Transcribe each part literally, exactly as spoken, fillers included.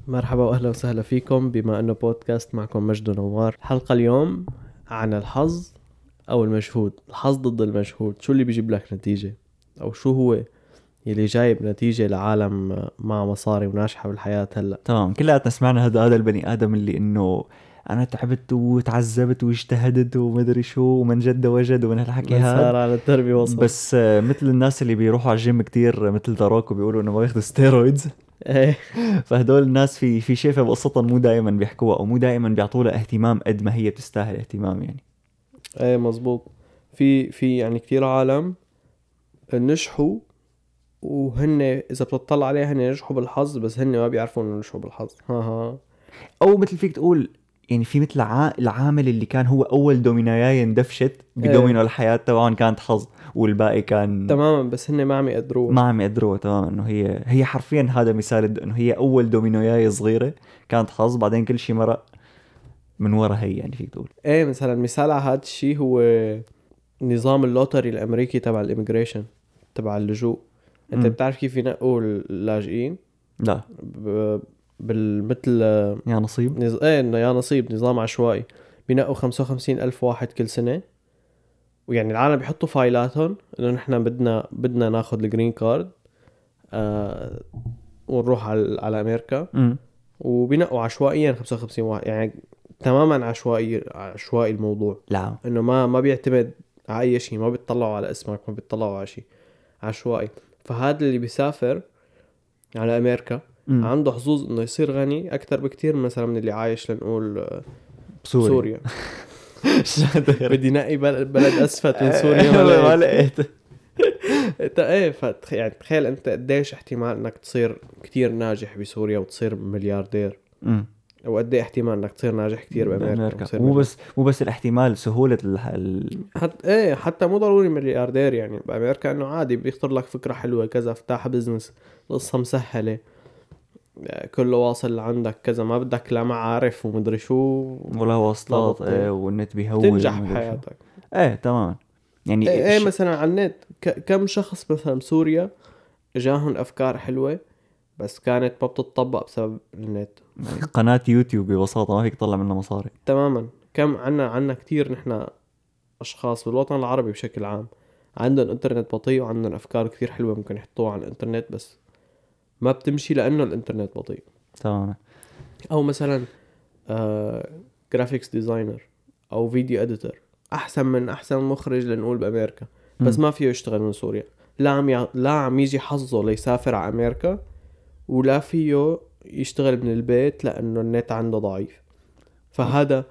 مرحبا واهلا وسهلا فيكم. بما انه بودكاست معكم مجد ونوار، حلقة اليوم عن الحظ او المجهود. الحظ ضد المجهود، شو اللي بيجيب لك نتيجة، او شو هو اللي جايب نتيجة لعالم مع مصاري وناجحة بالحياة هلا. تمام، كلياتنا سمعنا هذا هذا البني آدم اللي إنه أنا تعبت وتعذبت واجتهدت ومدري شو ومن جد وجد ومن هالحكي من هاد. سار على الدرب وصل. بس آه، مثل الناس اللي بيروحوا على الجيم كتير مثل ذا روك وبيقولوا إنه ما ياخذوا ستيرويدز. ايه فهدول الناس في في شيء في قصتهم مو دائما بيحكوها أو مو دائما بيعطوا لها اهتمام قد ما هي بتستاهل اهتمام يعني. ايه مزبوط. في في يعني كتير عالم نجحوا، وهن اذا بتطلع عليها هن نجحوا بالحظ، بس هن ما بيعرفوا انه نجحوا بالحظ. ها ها أو مثل فيك تقول يعني في مثل ع- العامل اللي كان هو أول دوميناياي اندفشت بدومينو ايه الحياة تبعهم كانت حظ، والباقي كان تماما، بس هن ما عم يقدروها. ما عم يقدروا تماما. انه هي هي حرفيا هذا مثال الد- انه هي اول دومينوياي صغيره كانت حظ، بعدين كل شيء مرق من ورا هي يعني فيك تقول. ايه مثلا مثال على هذا الشيء هو نظام اللوتري الامريكي تبع الاميجريشن، تبع اللجوء. انت امم بتعرف كيف ينقوا اللاجئين؟ لا ب... بالمثل يا نصيب. نز... ايه انه يا نصيب، نظام عشوائي. بينقوا خمسة وخمسين الف واحد كل سنة، ويعني العالم بيحطوا فايلاتهم انه نحن بدنا بدنا ناخذ الجرين كارد، آه ونروح على على امريكا. امم وبينقوا عشوائيا خمسة وخمسين واحد، يعني تماما عشوائي عشوائي الموضوع. لا انه ما ما بيعتمد على اي شيء، ما بيطلعوا على اسمك، ما بيطلعوا على شيء، عشوائي. فهذا اللي بيسافر على امريكا امم عنده حظوظ انه يصير غني اكثر بكتير مثلا من اللي عايش لنقول آه، بسوريا. بسوريا. شاطر. بدي نقي بل- بلد اسفت من سوريا ما ما لقيت. لقيت. انت ايه فتخ... يعني تخيل انت قديش احتمال انك تصير كتير ناجح بسوريا وتصير ملياردير، امم وقد ايه احتمال انك تصير ناجح كتير بامريكا بامريكا وتصير مو مليار... بس مو بس الاحتمال، سهوله الح... ال... حتى ايه حتى مو ضروري ملياردير. يعني بامريكا انه عادي بيخطر لك فكره حلوه كذا، افتح بزنس، قصه مسهله، كله واصل لعندك كذا، ما بدك لا معارف ومدري شو، ولا واسطات. ضابطه، ايه والنت بيهون بتنجح ومدري شو. بحياتك. ايه تمام. يعني ايه, ايه ش... مثلا على النت ك... كم شخص مثلا بسوريا جاهن افكار حلوه بس كانت ما بتطبق بسبب النت. قناه يوتيوب ببساطه ما فيك تطلع منها مصاري. تماما. كم عنا عنا كتير نحن اشخاص بالوطن العربي بشكل عام عندهم انترنت بطيء وعندهم افكار كتير حلوه ممكن يحطوها على الانترنت، بس ما بتمشي لانه الانترنت بطيء. تمام. او مثلا جرافيكس ديزاينر او فيديو اديتور احسن من احسن مخرج لنقول بامريكا، بس مم. ما فيه يشتغل من سوريا. لا عم ي... لا عم يجي حظه ليسافر على امريكا، ولا فيه يشتغل من البيت لانه النت عنده ضعيف. فهذا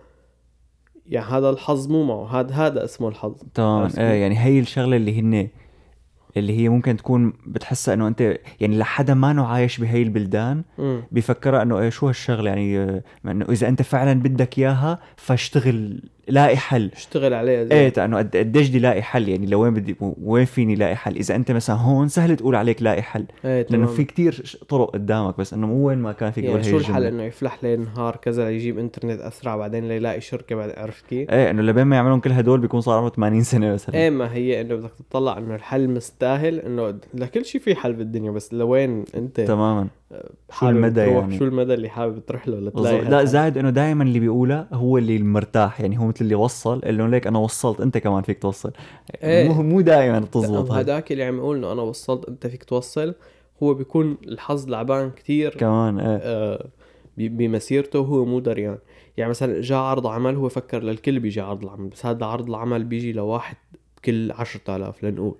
يعني هذا الحظ مو معه، هذا هذا اسمه الحظ. تماما. عرفت ايه كيف؟ يعني هي الشغله اللي هن اللي هي ممكن تكون بتحسها انه انت يعني لحدا ما انه عايش بهي البلدان امم بيفكرها انه ايه شو هالشغله يعني. آه، انه اذا انت فعلا بدك اياها فاشتغل لاقي حل. اشتغل عليه ايه زين. انه قد- قديش بدي لاقي حل يعني لوين بدي وين فيني لاقي حل. اذا انت مثلا هون سهل تقول عليك لاقي حل ايه لانه تماما. في كتير ش- طرق قدامك، بس انه مو وين ما كان فيك تقول يعني هي شو الحل؟ الجمله. انه يفلح ليل نهار كذا ليجيب انترنت اسرع، بعدين ليلاقي شركه بعد. عرفت كيف؟ ايه انه لبين ما يعملون كل هدول بيكون صار عمره ثمانين سنه مثلا. ايه ما هي انه بدك تطلع انه الحل مستاهل، انه لكل شيء في حل بالدنيا، بس لوين انت تماما. شو حابب المدى تروح، يعني. شو المدى اللي حابب تروح له لتلاقي بالضبط. لا هالحل. زائد انه دائما اللي بيقولها هو اللي المرتاح، يعني هو مثل اللي وصل اللي ليك انا وصلت انت كمان فيك توصل. مو ايه مو دائما لا، بتزبط هاي. وهداك اللي عم يقول انه انا وصلت انت فيك توصل، هو بيكون الحظ لعبان كتير كمان ايه. آه ب- بمسيرته، وهو مو دريان. يعني مثلا جاء عرض عمل، هو فكر للكل بيجي عرض العمل، بس هذا عرض العمل بيجي لواحد كل عشرة آلاف لنقول.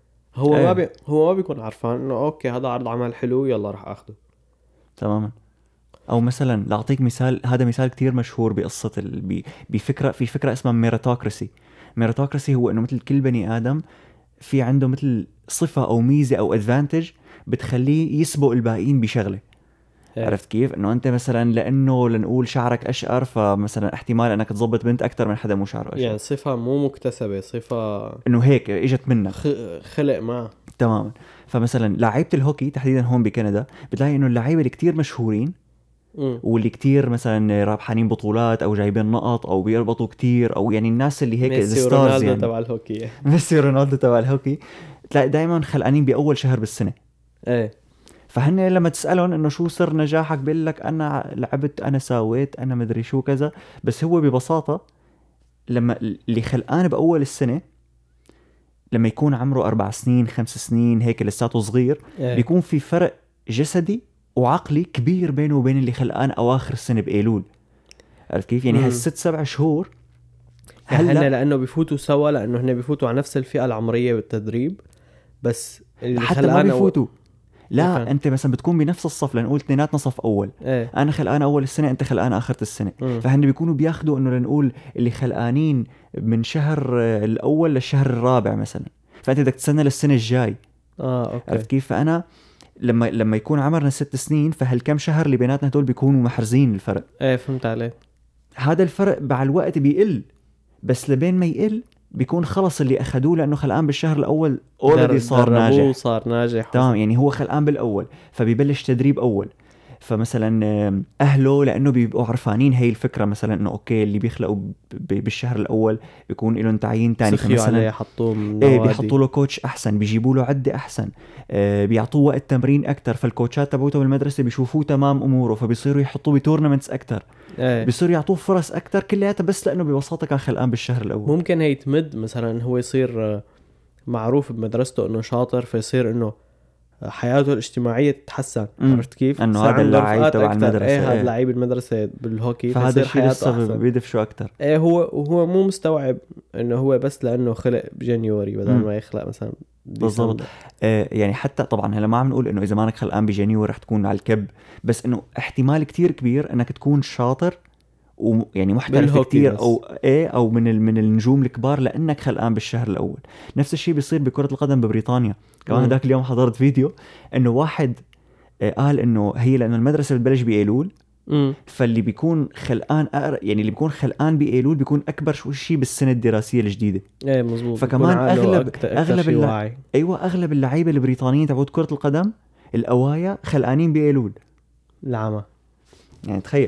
هو ما ايه بي... هو ما بيكون عارفان انه اوكي هذا عرض عمل حلو، يلا راح اخده. تماما. او مثلا لاعطيك مثال، هذا مثال كتير مشهور بقصه ال... ب... بفكره في فكره اسمها ميريتوكراسي. ميريتوكراسي هو انه مثل كل بني ادم في عنده مثل صفه او ميزه او ادفانتج بتخليه يسبق الباقيين بشغله. ايه عرفت كيف؟ انه انت مثلا لانه لنقول شعرك اشقر فمثلا احتمال انك تزبط بنت اكثر من حدا مو شعره اشقر. يعني صفة مو مكتسبة، صفة انه هيك اجت منك. خ... خلق معه. تماما. فمثلا لعيبه الهوكي تحديدا هون بكندا بتلاقي انه اللعيبه اللي كتير مشهورين امم واللي كتير مثلا رابحانين بطولات او جايبين نقط او بيربطوا كتير او يعني الناس اللي هيك ميسي ستارز ورونالدو يعني. تبع الهوكي. ميسي ورونالدو تبع الهوكي تلاقي دائما خلقانين باول شهر بالسنه. ايه فهن لما تسألهم انه شو سر نجاحك بيقول لك انا لعبت، انا ساويت، انا مدري شو كذا. بس هو ببساطة لما اللي خلقان باول السنة لما يكون عمره اربع سنين خمس سنين هيك لساته صغير، إيه. بيكون في فرق جسدي وعقلي كبير بينه وبين اللي خلقان اواخر السنة بايلول. عرفت كيف؟ يعني مم. هالست سبع شهور يعني هن هلا لانه بيفوتوا سوا، لانه هن بيفوتوا على نفس الفئه العمريه بالتدريب، بس اللي حتى ما خلقان أو... بيفوتوا. لا كان. انت مثلا بتكون بنفس الصف، لنقول اثنيناتنا صف اول، ايه. انا خلقان اول السنه انت خلقان اخر السنه. مم. فهن بيكونوا بياخذوا انه لنقول اللي خلقانين من شهر آه، الاول للشهر الرابع مثلا، فانت بدك تستنى للسنه الجاي. اه اوكي. عرفت كيف؟ فانا لما لما يكون عمرنا ست سنين فهالكم شهر اللي بيناتنا هدول بيكونوا محرزين الفرق. ايه فهمت عليك. هذا الفرق مع الوقت بيقل، بس لبين ما يقل بيكون خلص اللي اخذوه لانه خلقان بالشهر الاول اوريدي صار ناجح. صار ناجح. تمام، يعني هو خلقان بالاول فبيبلش تدريب اول. فمثلا اهله لانه بيبقوا عرفانين هي الفكره، مثلا انه اوكي اللي بيخلقوا ب- بالشهر الاول بيكون لهم تعيين تاني، سخيوا عليه، فمثلا حطوه من ايه نوادي. بيحطوا له كوتش احسن، بيجيبوا له عده احسن، آه بيعطوه وقت تمرين اكثر، فالكوتشات تبعوته بالمدرسه بيشوفوه تمام اموره فبيصيروا يحطوه بتورنمنتس اكثر، ايه. بيصيروا يعطوه فرص اكثر، كلياتها بس لانه ببساطه كان خلقان بالشهر الاول. ممكن هي تمد مثلا هو يصير آه، معروف بمدرسته انه شاطر، فيصير انه حياته الاجتماعية تتحسن. مم. عرفت كيف؟ إنه صار هذا عنده اللعيب رفقات تبع أكتر. المدرسة، ايه هذا إيه. لعيب المدرسة بالهوكي، فهذا فيصير الشيء حياته لسه أحسن. بيدفشوا اكثر. ايه هو وهو مو مستوعب انه هو بس لانه خلق بجانيوري بدل مم. ما يخلق مثلا بالضبط. ديسمبر. آه يعني حتى طبعا هلا ما عم نقول انه اذا مانك خلقان بجانيوري رح تكون على الكب، بس انه احتمال كتير كبير انك تكون شاطر ويعني محترف بالهوكي كتير بس. او ايه او من ال- من النجوم الكبار لانك خلقان بالشهر الاول. نفس الشيء بيصير بكرة القدم ببريطانيا. كمان مم. هذاك اليوم حضرت فيديو انه واحد آه قال انه هي لانه المدرسة بتبلش بايلول، امم فاللي بيكون خلقان أقر... يعني اللي بيكون خلقان بايلول بيكون اكبر شو شيء بالسنة الدراسية الجديدة. ايه مزبوط. فكمان بيكون عقله أغلب- أكتر أغلب أكتر شي الل- واعي. ايوه اغلب اللعيبه البريطانيين تبعت كره القدم الاوايا خلقانين بايلول. العمى. يعني تخيل.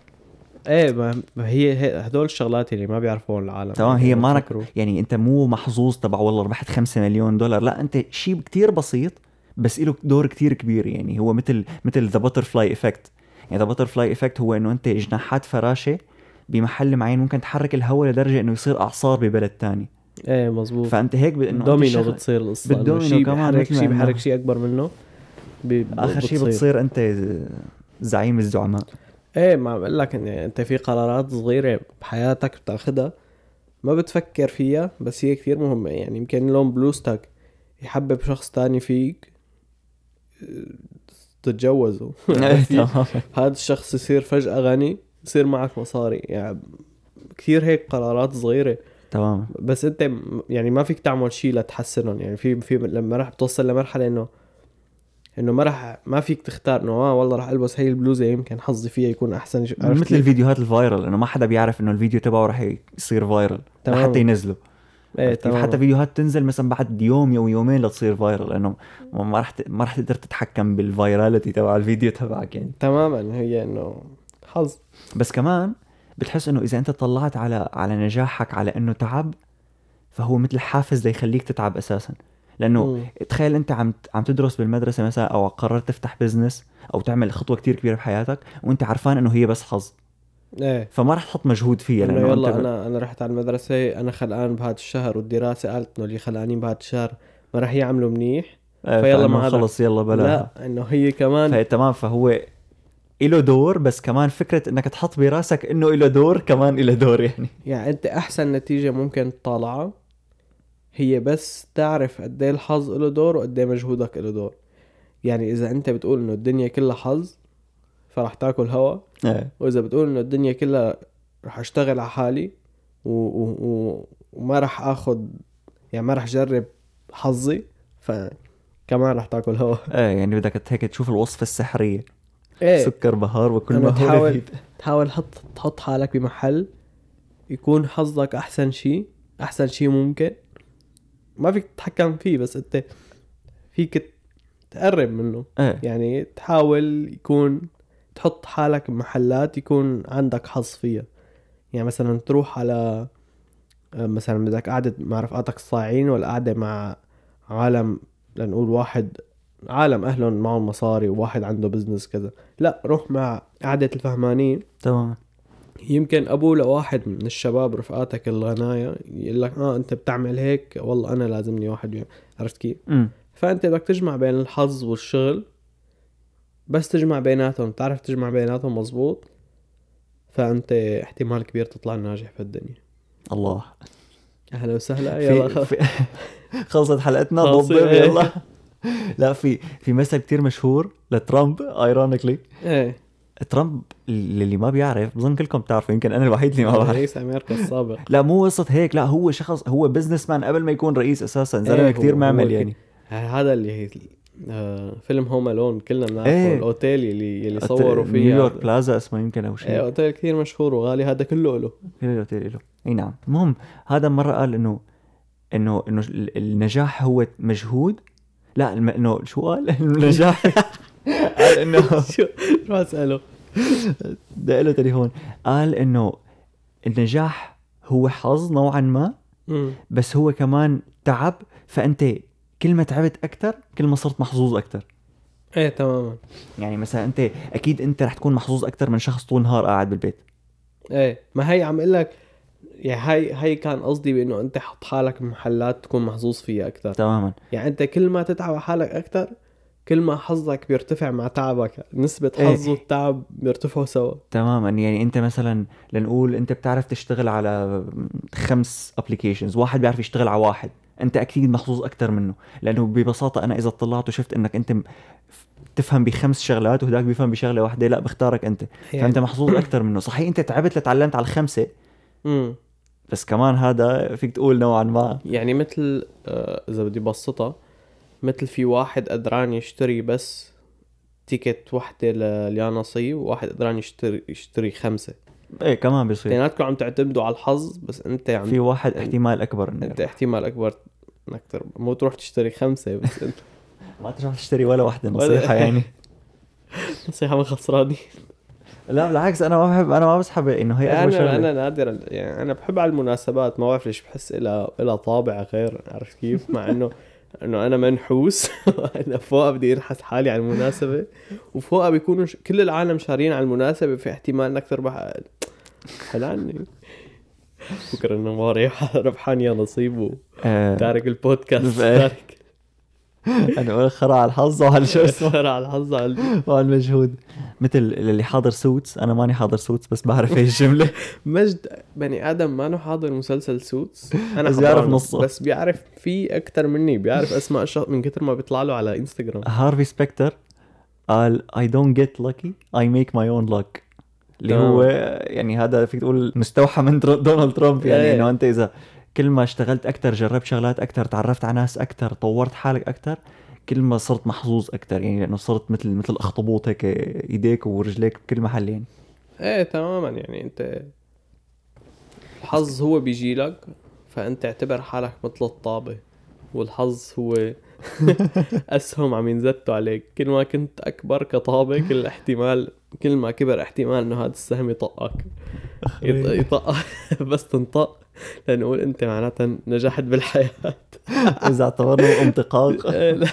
ايه ما ما هي هي- هدول الشغلات اللي ما بيعرفون العالم. تمام، يعني هي ما بفكروا. يعني انت مو محظوظ تبع والله ربحت خمسة مليون دولار، لا انت شيء كتير بسيط بس له دور كتير كبير. يعني هو مثل مثل ذا باترفلاي افكت. يعني ذا باترفلاي افكت هو انه انت جناحات فراشه بمحل معين ممكن تحرك الهواء لدرجه انه يصير اعصار ببلد تاني. ايه مزبوط. فانت هيك ب... انه أنت دومينو شغل... بتصير القصة. بالدومينو شيء كمان بيحرك مثل ما شيء إنه- بيحرك شيء اكبر منه. بي... اخر شيء بتصير انت زعيم الزعماء. ايه ما بقول لك ان انت في قرارات صغيرة بحياتك بتاخدها ما بتفكر فيها، بس هي كثير مهمة. يعني يمكن لون بلوزتك يحبب شخص تاني فيك تتجوزه. تمام. هذا الشخص يصير فجأة غني، يصير معك مصاري. يعني كثير هيك قرارات صغيرة، تمام. بس انت م- يعني ما فيك تعمل شيء لتحسنهم. يعني في في لما راح بتوصل لمرحلة انه انه ما راح ما فيك تختار انه اه والله راح البس هي البلوزة يمكن حظي فيها يكون احسن. عرفت مثل كيف؟ الفيديوهات الفايرل انه ما حدا بيعرف انه الفيديو تبعه رح يصير فايرل تمام. لحتى ينزله. ايه عرفت كيف؟ تمام. حتى فيديوهات تنزل مثلا بعد يوم او يومين لتصير فايرل لانه ما رح ت- ما رح تقدر تتحكم بالفايراليتي تبع الفيديو تبعك يعني. تماما. هي انه حظ. بس كمان بتحس انه اذا انت طلعت على على نجاحك على انه تعب، فهو مثل حافز ليخليك تتعب اساسا. لانه مم. تخيل انت عم عم تدرس بالمدرسه مثلا او قررت تفتح بزنس او تعمل خطوه كتير كبيره بحياتك وانت عارفان انه هي بس حظ، ايه فما رح تحط مجهود فيها انه لانه يلا انت ب... انا انا رحت على المدرسة، انا خلقان بهذا الشهر والدراسة قالت انه اللي خلقانين بهذا الشهر ما رح يعملوا منيح، آه، فيلا فإنه ما هذا. خلص يلا بلا. لا انه هي كمان فهي تمام، فهو إله دور، بس كمان فكرة انك تحط براسك انه إله دور كمان إله دور يعني. يعني انت احسن نتيجة ممكن تطالعها هي بس تعرف قد ايه الحظ له دور وقد ايه مجهودك له دور. يعني اذا انت بتقول انه الدنيا كلها حظ فرح تاكل هوا، ايه واذا بتقول انه الدنيا كلها رح اشتغل على حالي و... و... و... وما رح اخد، يعني ما رح جرب حظي، فكمان رح تاكل هوا. ايه يعني بدك هيك تشوف الوصفة السحرية. ايه سكر بهار وكل انه ما هو تحاول لذيذ. تحاول حط تحط حالك بمحل يكون حظك احسن شيء احسن شيء ممكن. ما فيك تتحكم فيه بس انت فيك تقرب منه. ايه يعني تحاول يكون تحط حالك بمحلات يكون عندك حظ فيها. يعني مثلا تروح على مثلا بدك قعدة مع رفقاتك الصايعين ولا قعدة مع عالم، لنقول واحد عالم اهلهم معهم مصاري وواحد عنده بزنس كذا، لا روح مع قعدة الفهمانين. تمام. يمكن ابوه لواحد من الشباب رفقاتك الغنايا يقول لك اه انت بتعمل هيك، والله انا لازمني واحد يعني. عرفت كيف؟ امم فانت بدك تجمع بين الحظ والشغل، بس تجمع بيناتهم، تعرف تجمع بيناتهم مزبوط، فانت احتمال كبير تطلع ناجح في الدنيا. الله. اهلا وسهلا. يلا في, في خلصت حلقتنا خلص. ضبط إيه. يلا. لا في في مثل كتير مشهور لترامب ايرونيكلي. ايه ترامب اللي ما بيعرف بظن كلكم بتعرفوا، يمكن انا الوحيد اللي ما بعرف. رئيس امريكا السابق. لا مو قصة هيك، لا هو شخص، هو بزنس مان قبل ما يكون رئيس اساسا، زلمه ايه كتير هو معمل هو يعني. ك... هذا اللي هي آه فيلم هوم الون كلنا بنعرفه. إيه. الاوتيل اللي اللي صوروا فيه نيويورك هذا. بلازا اسمه يمكن او شيء. ايه اوتيل كثير مشهور وغالي، هذا كله له. كله اوتيل له. اي نعم. المهم هذا مرة قال انه انه انه النجاح هو مجهود. لا الم... انه شو قال؟ النجاح قال انه شو روح اساله. دق له تليفون. قال انه النجاح هو حظ نوعا ما، امم بس هو كمان تعب. فانت كل ما تعبت اكثر كل ما صرت محظوظ اكثر. ايه تماما. يعني مثلا انت اكيد انت رح تكون محظوظ اكثر من شخص طول النهار قاعد بالبيت. ايه ما هي عم اقول لك، يعني هاي هاي كان قصدي بانه انت حط حالك بمحلات تكون محظوظ فيها اكثر. تماما. يعني انت كل ما تتعب على حالك اكثر كل ما حظك بيرتفع مع تعبك، نسبة إيه. حظ والتعب بيرتفعوا سوا. تماما. يعني انت مثلا لنقول انت بتعرف تشتغل على خمس ابليكيشنز، واحد بيعرف يشتغل على واحد، انت اكيد محظوظ اكثر منه. لانه ببساطه انا اذا طلعت وشفت انك انت م- تفهم بخمس شغلات وهداك بيفهم بشغله واحده، لا بختارك انت. يعني فانت محظوظ اكثر منه. صحيح انت تعبت لتعلمت على الخمسه، امم بس كمان هذا فيك تقول نوعا ما. يعني مثل آه اذا بدي بسطها، مثل في واحد قدران يشتري بس تيكت وحدة لليانصيب، وواحد قدران يشتري يشتري خمسة. ايه كمان بيصير. اثنيناتكم عم تعتمدوا على الحظ، بس انت عم في واحد أنت- احتمال اكبر انه انت احتمال اكبر انك تر... مو تروح تشتري خمسة بس انت ما تروح تشتري ولا واحده، نصيحه يعني. نصيحة من خسراني. لا بالعكس، انا ما بحب، انا ما بسحب انه هي اكبر انا شغله. انا نادرا يعني، انا بحب على المناسبات، ما بعرف ليش بحس لها لها طابع غير. عرفت كيف؟ مع انه انه انا منحوس. انا فوق بدي انحس حالي على المناسبة، وفوقها بيكونوا ش... كل العالم شارين على المناسبة، في احتمال انك تربح. حلعني بكره انه ما ريح ربحان يا نصيب آه، وتارك البودكاست. إيه. تارك انا اقول خرع على الحظ وعلى شو اسمه خير على الحظ على وعلى المجهود. مثل اللي حاضر سوتس، انا ماني حاضر سوتس بس بعرف ايش الجمله. مجد بني ادم ما له حاضر مسلسل سوتس. انا بس بيعرف حضرانه، نصه. بس بيعرف فيه اكتر مني، بيعرف اسماء الشخص من كتر ما بيطلع له على انستغرام. هارفي سبكتر قال I don't get lucky I make my own luck، اللي تمام. هو يعني هذا فيك تقول مستوحى من در- دونالد ترامب. يعني إيه. انه انت اذا كل ما اشتغلت اكثر، جربت شغلات اكثر، تعرفت على ناس اكثر، طورت حالك اكثر، كل ما صرت محظوظ اكثر. يعني لانه صرت مثل مثل اخطبوط هيك ايديك ورجليك بكل محل يعني. ايه تماما. يعني انت الحظ هو بيجي لك، فانت اعتبر حالك مثل الطابة، والحظ هو اسهم عم ينزتوا عليك. كل ما كنت اكبر كطابة، كل احتمال كل ما كبر احتمال انه هذا السهم يطقك يط- يطق. بس تنطق لنقول انت معناتها نجحت بالحياة. اذا اعتبرنا انتقاق. لا.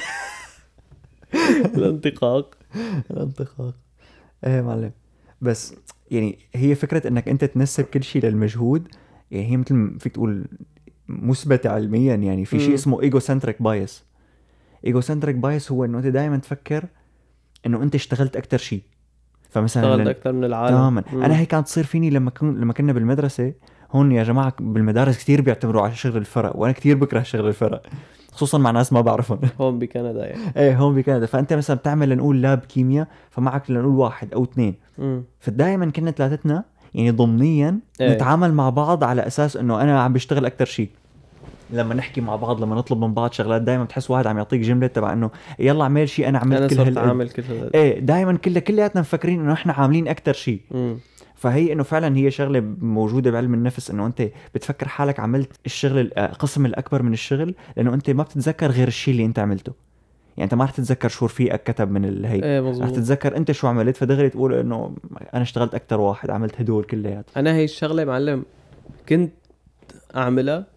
الانتقاق. الانتقاق. ايه معلم. بس يعني هي فكرة انك انت تنسب كل شيء للمجهود، يعني هي مثل ما فيك تقول مثبتة علميا. يعني في شيء مم. اسمه ايجوسنتريك بايس. ايجوسنتريك بايس هو انه انت دائما تفكر انه انت اشتغلت اكتر شيء. فمثلا اشتغلت لن... اكثر من العالم. تماما. مم. انا هي كانت تصير فيني لما كن... لما كنا بالمدرسة. هون يا جماعة بالمدارس كتير بيعتبروا على شغل الفرق، وانا كتير بكره شغل الفرق، خصوصا مع ناس ما بعرفهم. هون بكندا يعني. ايه هون بكندا. فانت مثلا بتعمل لنقول لاب كيمياء، فمعك لنقول واحد او اثنين، مم. فدائما كنا ثلاثتنا يعني ضمنيا ايه. نتعامل مع بعض على اساس انه انا عم بشتغل اكتر شيء. لما نحكي مع بعض، لما نطلب من بعض شغلات، دائما بتحس واحد عم يعطيك جمله تبع انه يلا اعمل شيء، انا عملت انا كل صرت هال عامل كل هذا. ايه دائما كل كلياتنا مفكرين انه احنا عاملين اكتر شيء. مم. فهي انه فعلا هي شغله موجوده بعلم النفس، انه انت بتفكر حالك عملت الشغل القسم الاكبر من الشغل، لانه انت ما بتتذكر غير الشيء اللي انت عملته. يعني انت ما رح تتذكر شو رفيقك كتب من الهي، ايه رح مظبوط. تتذكر انت شو عملت، فدغري تقول انه انا اشتغلت اكتر واحد، عملت هدول كليات. انا هي الشغله معلم كنت اعملها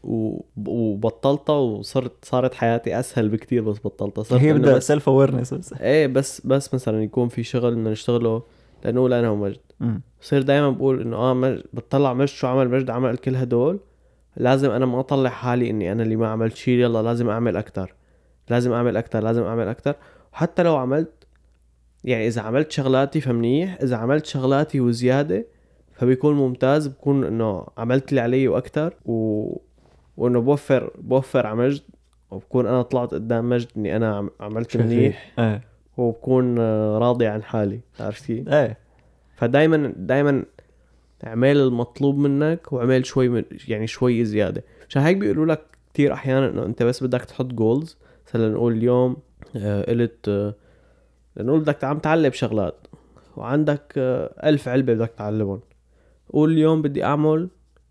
و- وبطلتها وصرت صارت حياتي اسهل بكتير بس بطلتها. صرت هي إنه بدها بس سيلف اويرنس بس. ايه بس بس مثلا يكون في شغل بدنا نشتغله لنقول انا ومجد، مم. بصير دايما بقول انه اه مجد بتطلع مجد شو عمل، مجد عمل كل هدول، لازم انا ما اطلع حالي اني انا اللي ما عملت شيء، يلا لازم اعمل اكتر لازم اعمل اكتر لازم اعمل اكتر. وحتى لو عملت يعني اذا عملت شغلاتي فمنيح، اذا عملت شغلاتي وزيادة فبيكون ممتاز، بكون انه عملت اللي علي واكتر و... وانه بوفر بوفر على مجد، وبكون انا طلعت قدام مجد اني انا عم- عملت شغال. منيح، ايه وبكون آه، راضي عن حالي. عرفت كيف؟ ايه فدايما دايما اعمل المطلوب منك وعمل شوي من يعني شوي زيادة. عشان هيك بيقولوا لك كتير احيانا انه انت بس بدك تحط جولز. مثلا نقول اليوم آه، قلت آه، نقول بدك عم تعلم شغلات وعندك آه، ألف علبة بدك تعلمهم، قول اليوم بدي اعمل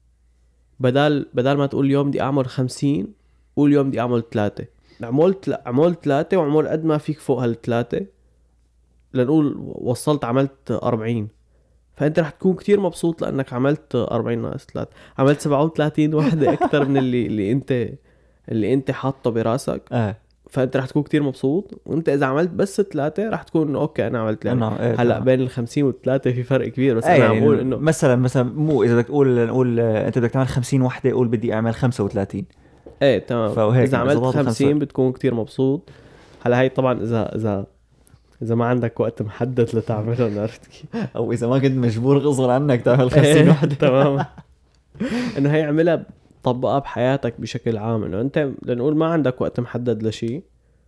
بدال بدال ما تقول اليوم بدي اعمل خمسين، قول اليوم بدي اعمل ثلاثة. عملت لا عملت ثلاثة وعمل قد ما فيك فوق هالثلاثة، لنقول وصلت عملت أربعين، فانت رح تكون كتير مبسوط لانك عملت أربعين ناقص ثلاثة، عملت سبعة وثلاثين وحدة اكتر من اللي اللي انت اللي انت حاطه براسك. ايه فانت رح تكون كتير مبسوط. وانت اذا عملت بس ثلاثة رح تكون انه اوكي انا عملت يعني. أنا- إيه هلا تمام. بين الخمسين والثلاثة في فرق كبير، بس ايه انا يعني عم بقول انه مثلا مثلا مو اذا بدك تقول نقول آه، انت بدك تعمل خمسين وحده، قول بدي اعمل خمسة وثلاثين. ايه تمام. فهيك اذا يعني عملت زباط خمسين الخمسة. بتكون كتير مبسوط. هلا هي طبعا اذا اذا اذا ما عندك وقت محدد لتعملهم. عرفت كيف؟ او اذا ما كنت مجبور غصبا عنك تعمل خمسين إيه، وحده. تمام. انه هي عملها طبقها بحياتك بشكل عام، انه انت لنقول ما عندك وقت محدد لشيء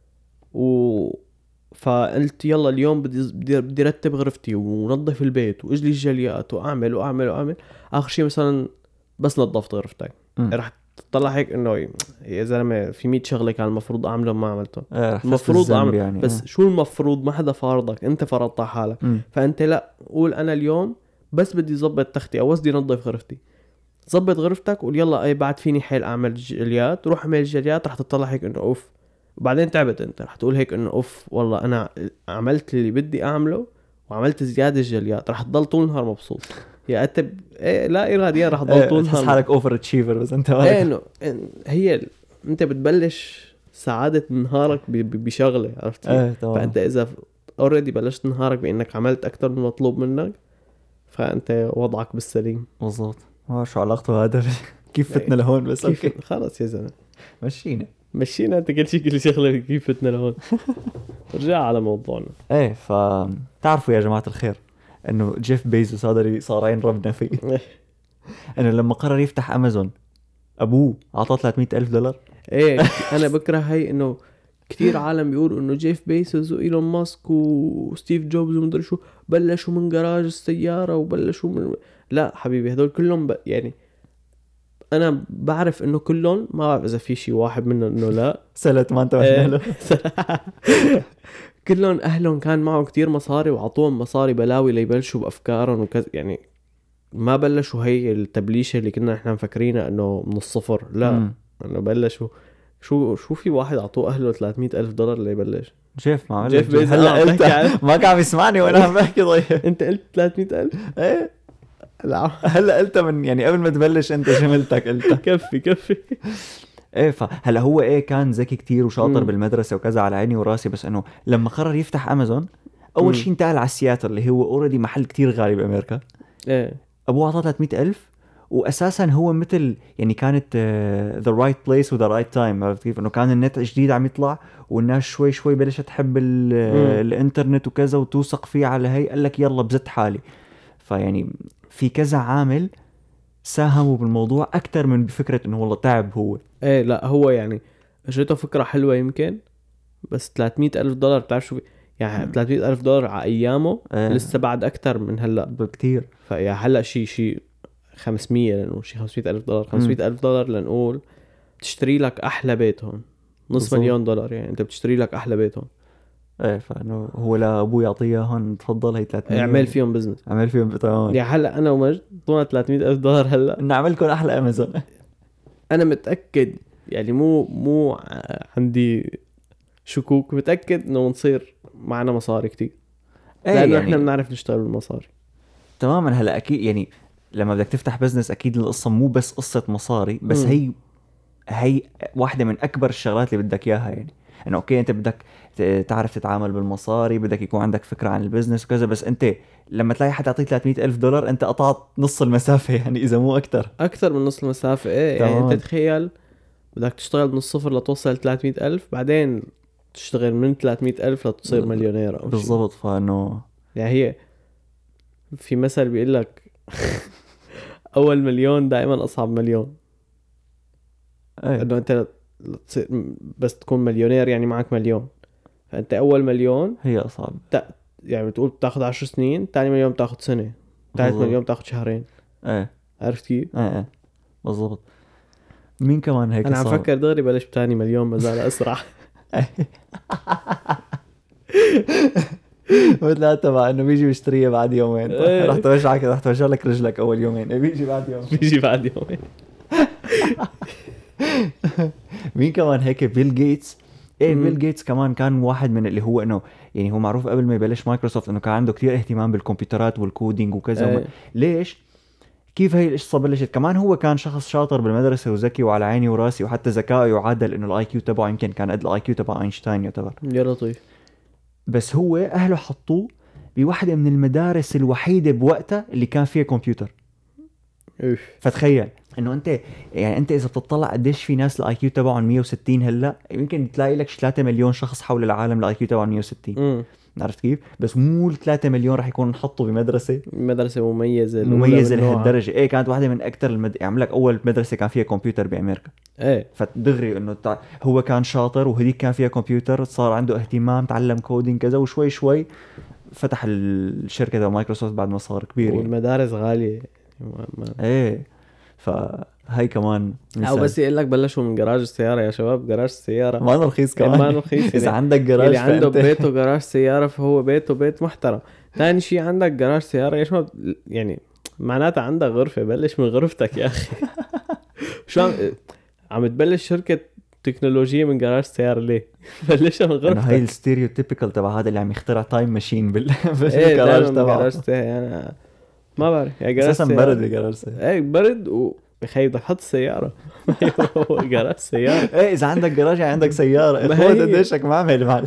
و فقلت يلا اليوم بدي بدي بدي رتب غرفتي ونظف البيت واجلي الجليات واعمل واعمل واعمل. اخر شيء مثلا بس نظفت غرفتك، مم. رح تطلع هيك انه يا زلمه في مية شغله كان المفروض اعملهم ما عملتهم. إيه، رح تحس المفروض بالذنب اعمل يعني. بس إيه. شو المفروض؟ ما حدا فارضك، انت فرضتها حالك. مم. فانت لا قول انا اليوم بس بدي زبط تختي او بس بدي نظف غرفتي. زبط غرفتك قول يلا اي بعد فيني حيل اعمل جليات، روح اعمل جليات. رح تطلع هيك انه اوف، وبعدين تعبت انت رح تقول هيك انه اوف والله انا عملت اللي بدي اعمله وعملت زيادة جليات. رح تضل طول النهار مبسوط. يا انت ب... إيه لا اراديا رح تضل إيه، طول تحس النهار حالك اوفر اتشيفر بس انت ايه مالك. انه إن- هي ال- انت بتبلش سعادة نهارك ب... ب... بشغلة. عرفت كيف؟ ايه تمام. فانت اذا اوريدي بلشت نهارك بانك عملت اكتر من مطلوب منك، فانت وضعك بالسليم. بالضبط. ما شو علاقته هذا كيف فتنا لهون بس اوكي كيف خلص يا زلمه مشينا. مشينا. انت كل شيء كل شغله كيف فتنا لهون. رجع على موضوعنا. ايه فتعرفوا يا جماعة الخير انه جيف بيزوس هذا اللي صار عين ربنا فيه انه لما قرر يفتح امازون ابوه اعطاه ثلاثمية الف دولار. ايه انا بكره هي انه كتير عالم بيقولوا انه جيف بيسوس وايلون ماسك وستيف جوبز ومدري شو بلشوا من جراج السيارة وبلشوا من لا حبيبي هدول كلهم ب... يعني انا بعرف انه كلهم، ما بعرف اذا في شي واحد منهم انه لا سلت ما انتبهنا له. كلهم اهلهم كان معه كتير مصاري وعطوهم مصاري بلاوي ليبلشوا بافكارهم وكذا. يعني ما بلشوا هي التبليشه اللي كنا احنا مفكرينها انه من الصفر. لا مم. انه بلشوا شو شو في واحد عطوه اهله ثلاثمية الف دولار ليبلش. جيف ما عمل جيف جيف بيزوس. هلا آه، قلت بحكي عنه. ما كان يسمعني وانا عم بحكي. طيب انت قلت ثلاثمية الف؟ ايه لا هلا قلت من يعني قبل ما تبلش انت شملتك قلت. كفي كفي. ايه فهلا هو ايه كان ذكي كتير وشاطر مم. بالمدرسه وكذا على عيني وراسي، بس انه لما قرر يفتح امازون اول مم. شيء انتقل على سياتل اللي هو اوريدي محل كتير غالي بامريكا. ايه ابوه اعطاه ثلاثمية الف واساسا هو مثل يعني كانت ذا رايت بليس وذا رايت تايم. عرفت كيف؟ انه كان النت جديد عم يطلع والناس شوي شوي بلشت تحب ال- الانترنت وكذا وتوثق فيه على هي. قال لك يلا بزت حالي. فيعني في كذا عامل ساهموا بالموضوع اكثر من بفكره انه والله تعب هو. ايه لا هو يعني اجته فكرة حلوة يمكن، بس ثلاثمية الف دولار بتعرف شو يعني ثلاثمية الف دولار على ايامه آه. لسه بعد اكتر من هلا بكتير. فيا هلا شيء شيء خمسمية لنقول شيء خمسمية الف دولار. خمسمية الف دولار لنقول تشتري لك احلى بيت هون نص بالضبط. مليون دولار. يعني انت بتشتري لك احلى بيت هون. ايه فانه هو لابوه يعطيه هون تفضل هي ثلاثمية اعمل فيهم بزنس. عمل فيهم بتمام. يعني هلا انا ومجد طولنا ثلاثمية الف دولار هلا. انه عملكم احلى امازون. انا متاكد يعني مو مو ع- عندي شكوك، متاكد انه نصير معنا مصاري كتير. ايه لانه يعني احنا بنعرف نشتغل بالمصاري. تماما. هلا اكيد يعني لما بدك تفتح بزنس اكيد القصه مو بس قصه مصاري، بس مم. هي هي واحدة من أكبر الشغلات اللي بدك إياها. يعني إنه أوكي أنت بدك ت- تعرف تتعامل بالمصاري، بدك يكون عندك فكرة عن البزنس وكذا، بس أنت لما تلاقي حد يعطيك ثلاثمية ألف دولار أنت قطعت نص المسافة يعني إذا مو أكتر. اكثر من نص المسافه. ايه يعني تمام. انت تخيل بدك تشتغل من الصفر لتوصل ثلاثمية ألف، بعدين تشتغل من ثلاثمية ألف لتصير مليونير او شيء. بالضبط. فإنه يعني هي في مثل بيقول لك اول مليون دائما اصعب مليون. إيه. انه انت تصير بس تكون مليونير يعني معك مليون، فانت اول مليون هي أصعب. يعني بتقول بتاخد عشر سنين، تاني مليون بتاخد سنة، تالت بالضبط. مليون بتاخد شهرين. إيه عرفت كيف؟ إيه إيه بالضبط. مين كمان هيك انا عم صار؟ فكر دغري بلش بتاني مليون ما زال اسرع. مثل هذا تبع انه بيجي بيشتريها بعد يومين. إيه. رح توجعك، رح توجع لك رجلك اول يومين. إيه بيجي بعد يوم. بيجي بعد يومين. مين كمان هيك؟ بيل جيتس. ايه مم. بيل جيتس كمان كان واحد من اللي هو انه يعني هو معروف قبل ما يبلش مايكروسوفت انه كان عنده كتير اهتمام بالكمبيوترات والكودينج وكذا. إيه. وما... ليش؟ كيف هي القصة بلشت؟ كمان هو كان شخص شاطر بالمدرسة وذكي وعلى عيني وراسي، وحتى ذكائه يعادل انه الاي كيو تبعه يمكن كان قد الاي كيو تبع اينشتاين يعتبر. يا لطيف. بس هو اهله حطوه بواحدة من المدارس الوحيدة بوقتها اللي كان فيها كمبيوتر. اوف. فتخيل انه انت يعني انت اذا بتطلع قديش في ناس الاي كيو تبعهم مية وستين هلا، يمكن تلاقي لك ثلاثة مليون شخص حول العالم الاي كيو تبعهم مية وستين. امم عرفت كيف؟ بس مو ال ثلاثة مليون راح يكونوا انحطوا بمدرسه مدرسة مميزة الأولى مميزه من نوعها. لهالدرجه. ايه كانت واحده من اكثر المد... يعمل لك اول مدرسه كان فيها كمبيوتر بامريكا. ايه فتدغري انه تع... هو كان شاطر وهديك كان فيها كمبيوتر، صار عنده اهتمام، تعلم كودينج كذا، وشوي شوي فتح الشركه تبع مايكروسوفت بعد ما صار كبير يعني. والمدارس غالية ما ما. ايه فهي كمان او مثال. بس يقول لك بلشوا من جراج السيارة يا شباب. جراج السيارة ما أنا رخيص كمان. ما رخيص اذا يعني. عندك جراج اللي عنده فأنت- ببيته جراج سيارة فهو بيته بيت محترم. ثاني شيء عندك جراج سيارة، ايش ما ب- يعني معناتها عندك غرفة. بلش من غرفتك يا اخي. شو عم عم تبلش شركة تكنولوجية من جراج سيارة ليه؟ بلشها من انه هي غرفتك. الستيريوتيبيكال تبع هذا اللي عم يخترع تايم ماشين بال... ايه بالجراج دائما من تبعه. جراج سيارة. انا ما بعرف يا جراج اساسا سيارة. برد بجراج سيارة. ايه برد و بخي بدك تحط السيارة. هو جراج سيارة. ايه اذا عندك جراج يعني عندك سيارة. ما اخوات هي- قديشك معمل معلم.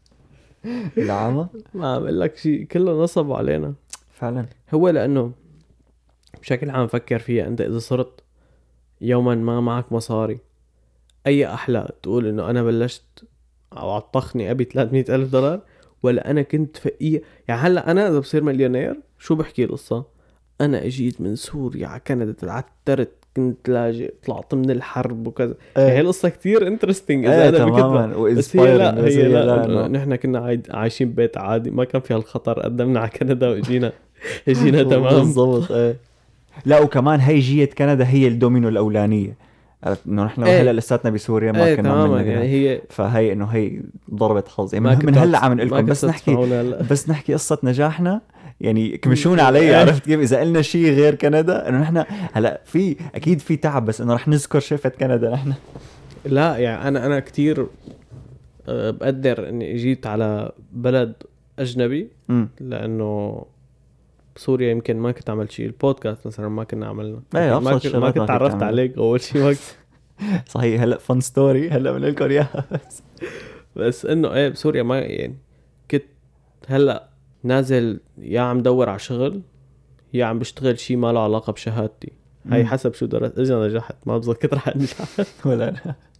العمى ما عم اقول لك شيء كله نصب علينا. فعلا. هو لانه بشكل عام فكر فيها، انت اذا صرت يوما ما معك مصاري، اي احلى تقول انه انا بلشت او عطخني ابي ثلاثمية الف دولار، ولا انا كنت فقير؟ يعني هلا انا اذا بصير مليونير شو بحكي القصة؟ انا اجيت من سوريا على كندا، تعترت، كنت لاجئ، طلعت من الحرب وكذا. يعني هي القصة كتير انترستينج اذا ايه انا بكتبها. تماما. بس هي لا، بس هي لا, إنه- لا نحن كنا عايد عايشين ببيت عادي، ما كان فيها الخطر، قدمنا على كندا واجينا اجينا تمام. بالضبط. ايه لا وكمان هي جية كندا هي الدومينو الاولانيه. عرفت انه نحن ايه. هلا لساتنا بسوريا ما ايه كنا تماما. عملنا يعني يعني هي فهي انه هي ضربة حظ يعني. ما من, من كنتوا هلا تس- عم ما نقول لكم بس كنتوا نحكي تسمعونا هلا. بس نحكي قصة نجاحنا يعني كمشونا علي. إيه. عرفت كيف؟ اذا قلنا شيء غير كندا انه نحن هلا في اكيد في تعب، بس انه رح نذكر شفت كندا نحن. لا يعني انا انا كتير آه، بقدر اني جيت على بلد اجنبي، امم لانه بسوريا يمكن ما كنت عملت شيء. البودكاست مثلا ما كنا عملنا. ايه ما ابسط كنت ما شغلات كنت ما كنت تعرفت تعمل. عليك اول شيء ما كنت. صحيح. هلا فن ستوري هلا بنقول لكم اياها. بس انه ايه بسوريا ما يعني كنت هلا نازل يا عم دور على شغل، يا عم بشتغل شيء ما له علاقه بشهادتي. هاي مم. حسب شو درست. اذا نجحت ما بظبط رح انجح. ولا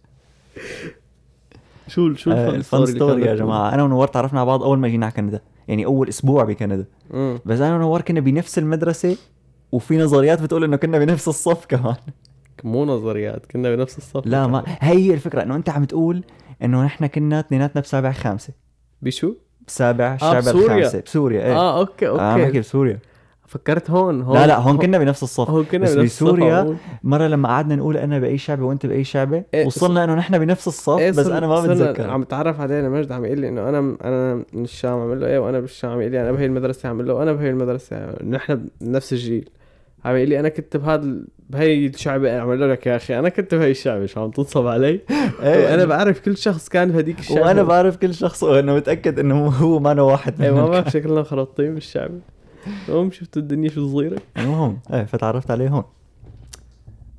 شو شو آه، الفن الفن ستوري ستوري يا جماعه. انا ونور تعرفنا على بعض اول ما جينا على كندا، يعني اول اسبوع بكندا. امم بس انا ونور كنا بنفس المدرسه، وفي نظريات بتقول انه كنا بنفس الصف كمان. مو نظريات، كنا بنفس الصف. لا ما هي الفكره، انه انت عم تقول انه نحن كنا اثنيناتنا بسابع خامسه. بشو؟ بسابع آه، الشعب بسوريا. الخامسه بسوريا. ايه اه اوكي آه، عم اوكي. بحكي بسوريا. فكرت هون هون لا لا هون كنا بنفس الصف. هون كنا بس بنفس الصف. بسوريا هون. مره لما قعدنا نقول انا باي شعبه وانت باي شعبه، إيه، وصلنا انه نحن بنفس الصف. إيه بس صرنا- انا ما صرنا بتذكر. عم تعرف علينا مجد، عم يقول لي انه انا انا من الشام، عم له ايه وانا بالشام، عم يقول لي انا بهي المدرسه، عم له انا بهي المدرسه، نحن بنفس الجيل. عم يقول لي انا كنت بهذا ال- بهي الشعبه، عم اقول لك يا اخي انا كنت بهي الشعبه، شو عم تنصب علي؟ إيه. وانا بعرف كل شخص كان بهديك الشعبه. وانا بعرف كل شخص، وانا متاكد انه هو ما أنا واحد ايه ما منهم. بعرف شكلنا خلطين بالشعبه. المهم شفت الدنيا شو صغيره. المهم ايه فتعرفت عليه هون.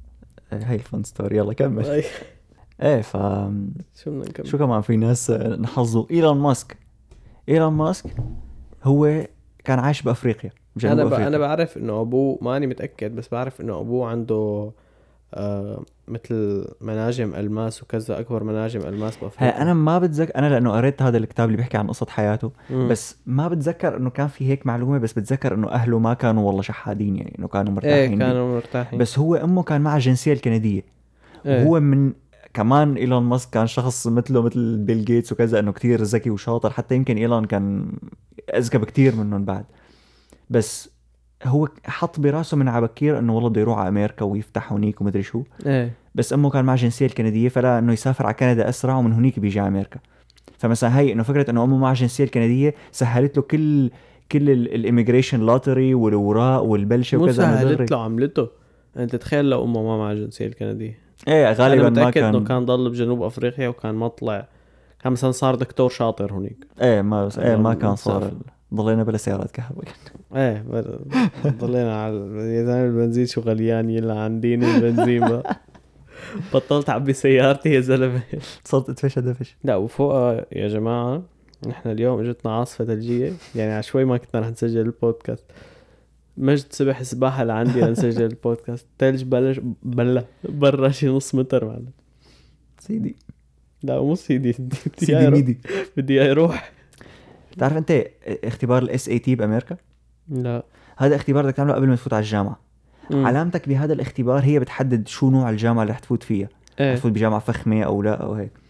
هاي الفن ستوري. يلا كمل. أي. ايه ف شو بدنا نكمل؟ شو كمان في ناس نحظوا. ايلون ماسك ايلون ماسك هو كان عايش بافريقيا، جنوب انا ب... افريقيا. انا بعرف انه ابوه، ماني متاكد بس بعرف انه ابوه عنده آه مثل مناجم الماس وكذا، اكبر مناجم الماس هاي بافريقيا. انا ما بتذكر، انا لانه قريت هذا الكتاب اللي بيحكي عن قصة حياته، مم. بس ما بتذكر انه كان في هيك معلومة، بس بتذكر انه اهله ما كانوا والله شحادين، يعني انه كانوا ايه مرتاحين بيه. كانوا مرتاحين. بس هو امه كان معها الجنسية الكندية. إيه. وهو من كمان ايلون ماسك كان شخص مثله مثل بيل جيتس وكذا، انه كتير ذكي وشاطر، حتى يمكن ايلون كان اذكى بكتير منهم بعد. بس هو حط براسه من عبكير انه والله بده يروح على امريكا ويفتح هونيك ومدري شو. ايه بس امه كان معها الجنسيه الكنديه، فلا انه يسافر على كندا اسرع، ومن هونيك بيجي على امريكا. فمثلا هي انه فكره انه امه معها الجنسيه الكنديه سهلت له كل كل الاميجريشن لوتري والوراق والبلشه مو وكذا. إنه دغري. سهلت له، عملته. انت تخيل لو امه ما معها الجنسيه الكنديه. ايه غالبا انا ما متاكد انه كان. كان ضل بجنوب افريقيا وكان مطلع، كان مثلا صار دكتور شاطر هونيك. ايه ما بس ايه ما كان صار. مسافر. ضلينا بلا سيارات كهرباء. ايه بل- ضلينا على يا زلمه البنزين شو غليان، يلا عندين البنزين بقى. بطلت اعبي سيارتي يا زلمه. صرت ادفش دفش. لا وفوقها يا جماعه، نحن اليوم اجتنا عاصفه ثلجيه، يعني على شوي ما كنا رح نسجل البودكاست. مجد سبح سباحه لعندي لنسجل البودكاست، ثلج بلش بلا برا شي نص متر معنا. سيدي لا مو سيدي، بدي سيدي إياه يروح. ميدي. بدي إياه يروح. تعرف انت اختبار الاس اي تي بامريكا؟ لا هذا اختبار بدك تعمله قبل ما تفوت على الجامعه. مم. علامتك بهذا الاختبار هي بتحدد شو نوع الجامعه اللي رح تفوت فيها. ايه تفوت بجامعة فخمة أو لا أو هيك.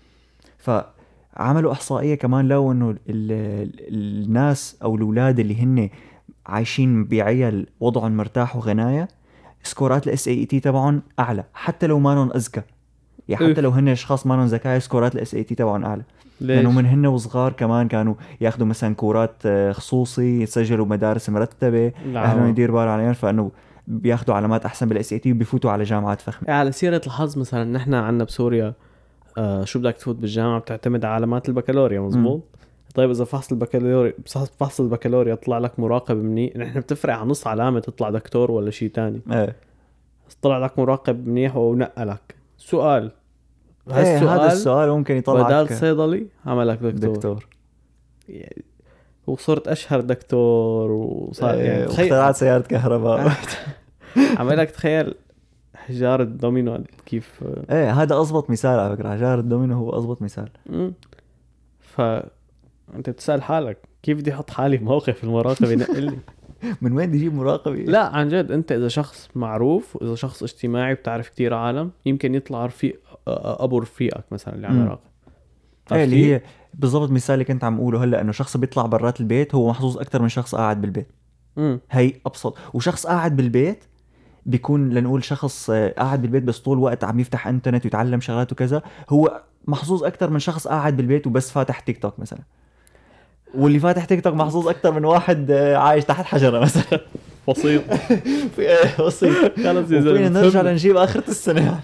فعملوا إحصائية كمان لو إنه ال- ال- الناس أو الأولاد اللي هن عايشين بعيال وضعهم مرتاح وغناية، سكورات الاس اي تي تبعهم أعلى حتى لو ما نون أذكى. يعني حتى أوف. لو هن أشخاص ما نون ذكاء، سكورات الاس اي تي تبعهم أعلى. ليش؟ لأنه من هن وصغار كمان كانوا ياخذوا مثلا كورات آه، خصوصي، يتسجلوا مدارس مرتبة، لا. أهلهم يدير بال عليهم، فإنه بياخذوا علامات أحسن بالاس اي تي وبيفوتوا على جامعات فخمة. إيه، على سيرة الحظ مثلا نحن عنا بسوريا آه شو بدك تفوت بالجامعة بتعتمد على علامات البكالوريا، مزبوط. طيب إذا فحص البكالوريا فحص البكالوريا طلع لك مراقب منيح، نحن بتفرق عن نص علامة تطلع دكتور ولا شيء تاني. ايه طلع لك مراقب منيح ونقلك سؤال، ايه هذا هالسؤال السؤال ممكن يطلعك بدال صيدلي عملك دكتور, دكتور. يعني وصرت أشهر دكتور وصار إيه يعني واخترعت تخيل سيارة كهرباء. عملك تخيل حجار الدومينو كيف. ايه هذا اضبط مثال على فكرة، حجار الدومينو هو اضبط مثال. مم. فأنت بتسأل حالك كيف بدي أحط حالي بموقف المراقب ينقلني. من وين بدي اجيب مراقبة؟ لا عن جد، أنت إذا شخص معروف وإذا شخص اجتماعي بتعرف كتير عالم، يمكن يطلع رفيق أبو رفيقك مثلا اللي عم مم. يراقب. ايه اللي هي بالضبط مثال اللي كنت عم اقوله هلا، انه شخص بيطلع برات البيت هو محظوظ اكثر من شخص قاعد بالبيت. امم هي ابسط. وشخص قاعد بالبيت بيكون، لنقول شخص آه، قاعد بالبيت بس طول الوقت عم يفتح انترنت ويتعلم شغلات وكذا، هو محظوظ اكثر من شخص قاعد بالبيت وبس فاتح تيك توك مثلا. واللي فاتح تيك توك محظوظ اكثر من واحد آه، عايش تحت حجرة مثلا. بسيط. في ايه بسيط. خلص يا وفينا زلمة نرجع فهمنا. لنجيب اخرة السنة.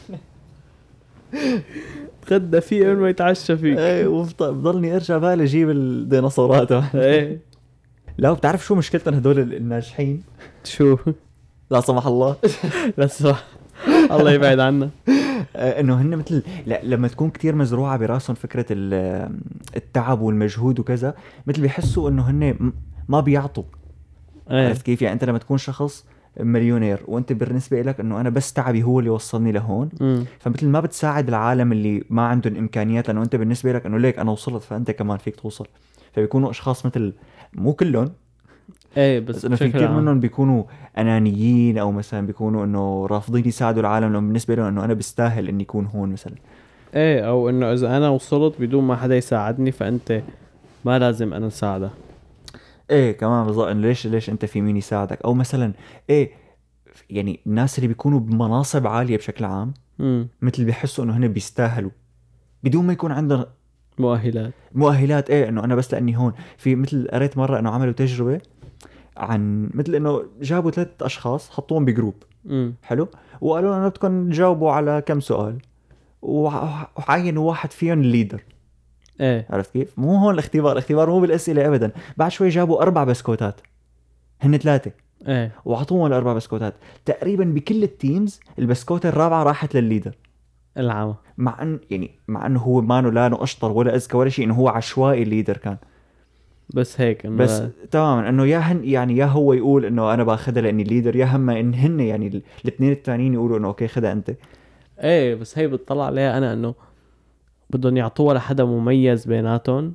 تغدى فيه قبل ما يتعشى فيك. ايه وبضلني ارجع بالي اجيب الديناصورات. ايه لا بتعرف شو مشكلتنا هدول الناجحين؟ شو لا سمح الله. لا صح، الله يبعد عنا. آه، انه هن مثل لا لما تكون كتير مزروعة براسهم فكرة ال- التعب والمجهود وكذا، مثل بيحسوا انه هن م- ما بيعطوا. ايه عرفت كيف؟ يعني انت لما تكون شخص مليونير وانت بالنسبة لك انه انا بس تعبي هو اللي وصلني لهون، امم فمثل ما بتساعد العالم اللي ما عندهم امكانيات، لانه انت بالنسبة لك انه ليك انا وصلت فانت كمان فيك توصل. فبيكونوا اشخاص مثل، مو كلهم ايه بس, بس انه في بشكل كثير عام. منهم بيكونوا انانيين، او مثلا بيكونوا انه رافضين يساعدوا العالم، لانه بالنسبة لهم انه انا بستاهل اني اكون هون مثلا. ايه او انه اذا انا وصلت بدون ما حدا يساعدني فانت ما لازم انا اساعدك. ايه كمان بالضبط، انه ليش ليش انت في مين يساعدك، او مثلا ايه يعني الناس اللي بيكونوا بمناصب عالية بشكل عام امم مثل بيحسوا انه هن بيستاهلوا بدون ما يكون عندهم مؤهلات. مؤهلات. ايه انه انا بس لاني هون. في مثل قريت مرة انه عملوا تجربة عن مثل انه جابوا ثلاث اشخاص حطوهم بجروب امم حلو، وقالوا لهم بدكم تجاوبوا على كم سؤال، وع- وعينوا واحد فيهم الليدر. ايه عرفت كيف؟ مو هون الاختبار، الاختبار مو بالاسئله ابدا. بعد شوي جابوا اربع بسكوتات، هن ثلاثه ايه وعطوهم الاربع بسكوتات. تقريبا بكل التيمز البسكوته الرابعه راحت للليدر، العمى. مع ان يعني مع انه هو ما لا انه اشطر ولا اذكى ولا شيء، انه هو عشوائي الليدر كان. بس هيك انه بس تماما انه يا هن يعني يا هو يقول انه انا باخذها لاني ليدر، يا هم ان هن يعني الاثنين الثانيين يقولوا انه اوكي خذها انت. ايه. بس هي بتطلع عليها انا انه بدهم يعطوها لحدا مميز بيناتهم،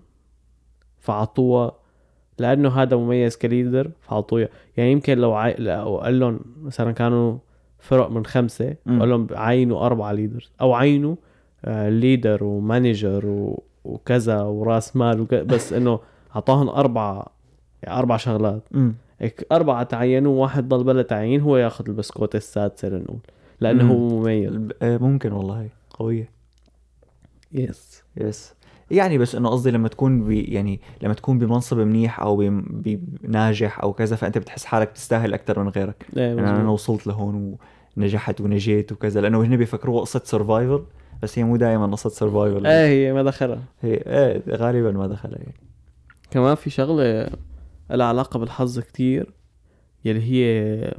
فعطوها لانه هذا مميز كليدر فعطوها. يعني يمكن لو عاي... لو قال لهم مثلا كانوا فرق من خمسة مم. وقال لهم عينوا أربعة ليدرز أو عينوا آه ليدر ومانجر و... وكذا وراس مال وك... بس إنه عطاهم أربعة، يعني أربع شغلات. امم هيك أربعة تعينوا، واحد ضل بلا تعيين، هو ياخذ البسكوت السادسة لنقول، لأنه مم. هو مميز. الب- آه، ممكن والله قويه. يس. يس. يعني بس انه قصدي لما تكون بي يعني لما تكون بمنصب منيح او بناجح او كذا، فانت بتحس حالك تستاهل اكثر من غيرك. ايه يعني انا مزبوط. وصلت لهون ونجحت ونجيت وكذا، لانه هن بيفكروها قصه سرفايفل، بس هي مو دائما قصه سرفايفل. ايه هي ما دخلها. هي ايه غالبا ما دخلها يعني. كمان في شغلة لها علاقة بالحظ كتير، يلي هي